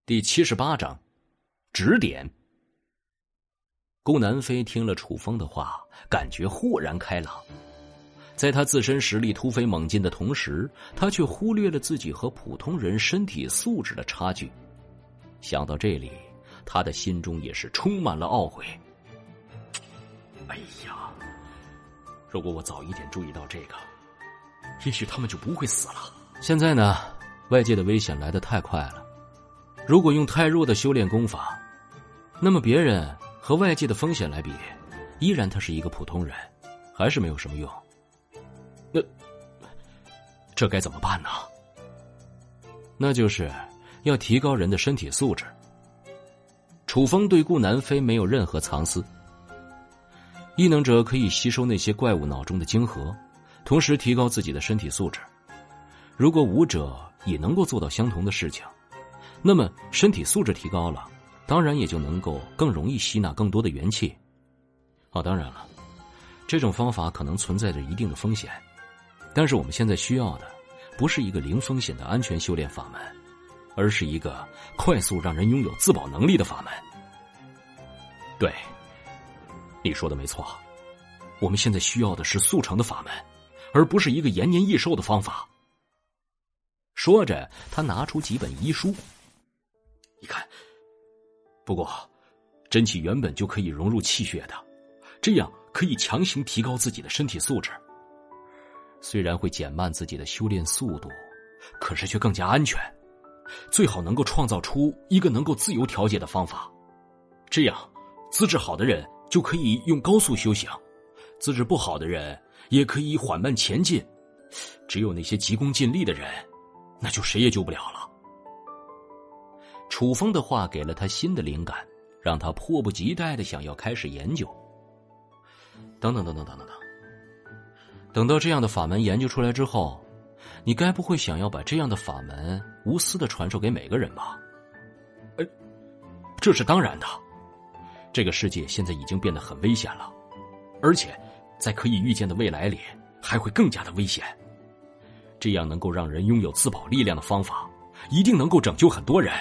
第78章指点。顾南飞听了楚风的话，感觉豁然开朗。在他自身实力突飞猛进的同时，他却忽略了自己和普通人身体素质的差距。想到这里，他的心中也是充满了懊悔。哎呀，如果我早一点注意到这个，也许他们就不会死了。现在呢，外界的危险来得太快了。如果用太弱的修炼功法，那么别人和外界的风险来比，依然他是一个普通人，还是没有什么用。这该怎么办呢？那就是要提高人的身体素质。楚风对顾南飞没有任何藏私。异能者可以吸收那些怪物脑中的精核，同时提高自己的身体素质。如果武者也能够做到相同的事情，那么身体素质提高了，当然也就能够更容易吸纳更多的元气。当然了，这种方法可能存在着一定的风险，但是我们现在需要的不是一个零风险的安全修炼法门，而是一个快速让人拥有自保能力的法门。对，你说的没错，我们现在需要的是速成的法门，而不是一个延年益寿的方法。说着，他拿出几本医书。你看，不过真气原本就可以融入气血的，这样可以强行提高自己的身体素质。虽然会减慢自己的修炼速度，可是却更加安全。最好能够创造出一个能够自由调节的方法，这样资质好的人就可以用高速修行，资质不好的人也可以缓慢前进。只有那些急功近利的人，那就谁也救不了了。楚风的话给了他新的灵感，让他迫不及待地想要开始研究。等到这样的法门研究出来之后，你该不会想要把这样的法门无私地传授给每个人吧？这是当然的。这个世界现在已经变得很危险了，而且在可以预见的未来里还会更加的危险。这样能够让人拥有自保力量的方法，一定能够拯救很多人。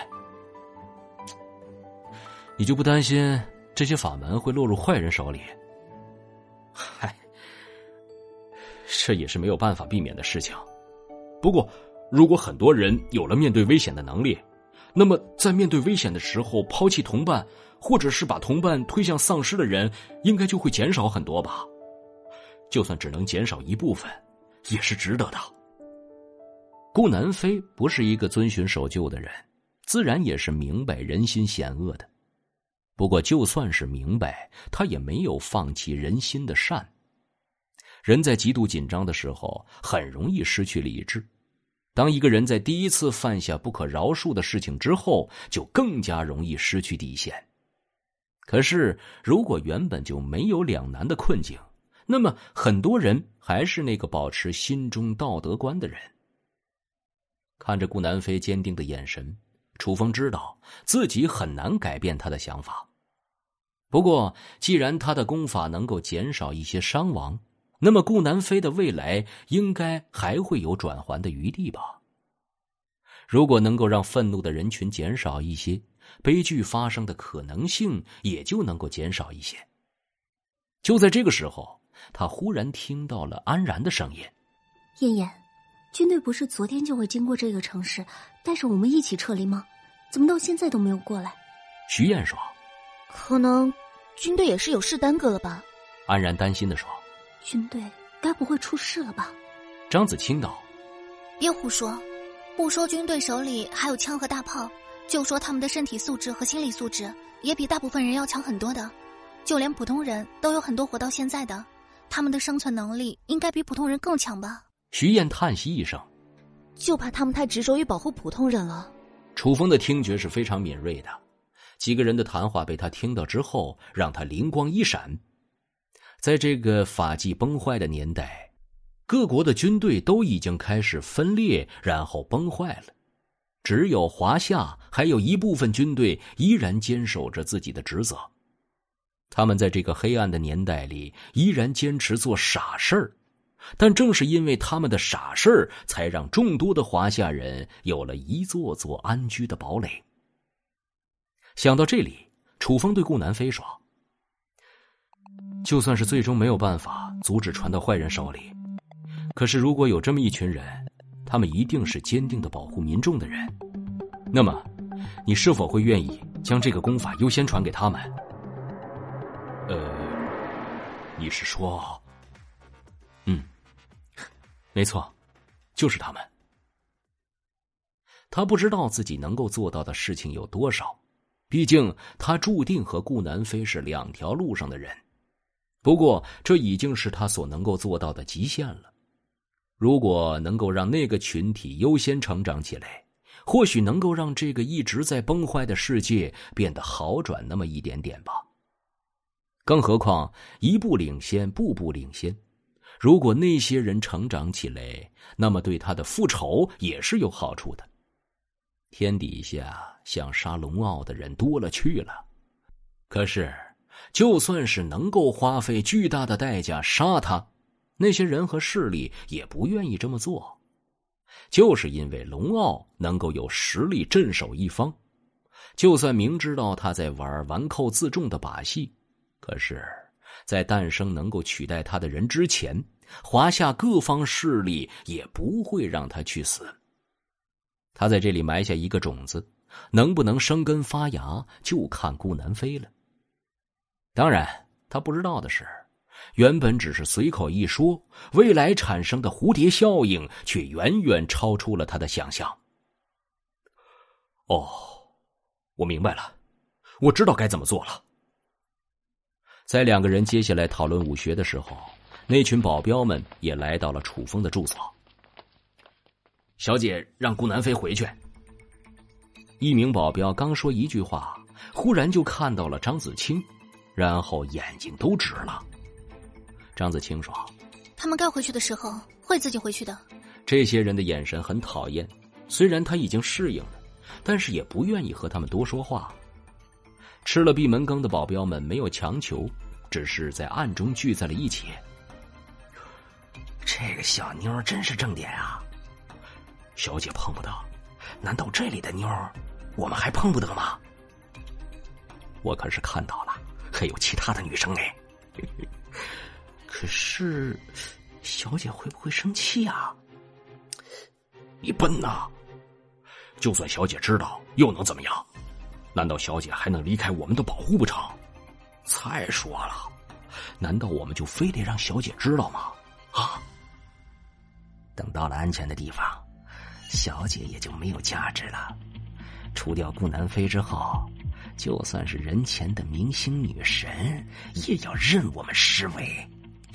你就不担心这些法门会落入坏人手里？嗨，这也是没有办法避免的事情。不过，如果很多人有了面对危险的能力，那么在面对危险的时候抛弃同伴，或者是把同伴推向丧失的人，应该就会减少很多吧。就算只能减少一部分，也是值得的。顾南飞不是一个遵循守旧的人，自然也是明白人心险恶的。不过就算是明白，他也没有放弃人心的善。人在极度紧张的时候，很容易失去理智。当一个人在第一次犯下不可饶恕的事情之后，就更加容易失去底线。可是，如果原本就没有两难的困境，那么很多人还是那个保持心中道德观的人。看着顾南飞坚定的眼神，楚风知道自己很难改变他的想法。不过，既然他的功法能够减少一些伤亡，那么顾南飞的未来应该还会有转圜的余地吧。如果能够让愤怒的人群减少一些，悲剧发生的可能性也就能够减少一些。就在这个时候，他忽然听到了安然的声音。 燕燕，军队不是昨天就会经过这个城市，带着我们一起撤离吗？怎么到现在都没有过来？ 徐燕说。 可能军队也是有事耽搁了吧。 安然担心地说。 军队该不会出事了吧？ 张子清道。 别胡说，不说军队手里还有枪和大炮，就说他们的身体素质和心理素质也比大部分人要强很多的，就连普通人都有很多活到现在的，他们的生存能力应该比普通人更强吧。 徐燕叹息一声。 就怕他们太执着于保护普通人了。 楚风的听觉是非常敏锐的，几个人的谈话被他听到之后，让他灵光一闪。在这个法纪崩坏的年代，各国的军队都已经开始分裂，然后崩坏了。只有华夏还有一部分军队依然坚守着自己的职责。他们在这个黑暗的年代里依然坚持做傻事儿，但正是因为他们的傻事儿，才让众多的华夏人有了一座座安居的堡垒。 想到这里，楚风对顾南飞说：“就算是最终没有办法阻止传到坏人手里，可是如果有这么一群人，他们一定是坚定的保护民众的人，那么你是否会愿意将这个功法优先传给他们？”你是说……没错，就是他们。他不知道自己能够做到的事情有多少，毕竟他注定和顾南飞是两条路上的人。不过这已经是他所能够做到的极限了。如果能够让那个群体优先成长起来，或许能够让这个一直在崩坏的世界变得好转那么一点点吧。更何况一步领先，步步领先。如果那些人成长起来，那么对他的复仇也是有好处的。天底下想杀龙傲的人多了去了，可是就算是能够花费巨大的代价杀他，那些人和势力也不愿意这么做，就是因为龙傲能够有实力镇守一方。就算明知道他在玩完扣自重的把戏，可是在诞生能够取代他的人之前，华夏各方势力也不会让他去死。他在这里埋下一个种子，能不能生根发芽，就看顾南飞了。当然，他不知道的是，原本只是随口一说，未来产生的蝴蝶效应却远远超出了他的想象。哦，我明白了，我知道该怎么做了。在两个人接下来讨论武学的时候，那群保镖们也来到了楚风的住所。小姐让顾南飞回去。一名保镖刚说一句话，忽然就看到了张子清，然后眼睛都直了。张子清说：“ 他们该回去的时候会自己回去的。” 这些人的眼神很讨厌，虽然他已经适应了，但是也不愿意和他们多说话。吃了闭门羹的保镖们没有强求，只是在暗中聚在了一起。 这个小妞真是正点啊！ 小姐碰不得， 难道这里的妞我们还碰不得吗？ 我可是看到了，还有其他的女生哎。 可是小姐会不会生气啊？ 你笨呐！就算小姐知道又能怎么样？难道小姐还能离开我们的保护不成？再说了，难道我们就非得让小姐知道吗？啊！ 等到了安全的地方，小姐也就没有价值了。除掉顾南飞之后，就算是人前的明星女神，也要任我们施为。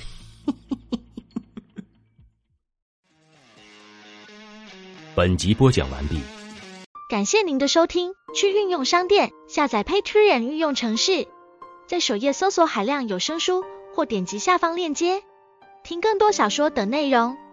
本集播讲完毕， 感谢您的收听。去运用商店下载 Patreon 运用程式，在首页搜索海量有声书，或点击下方链接听更多小说等内容。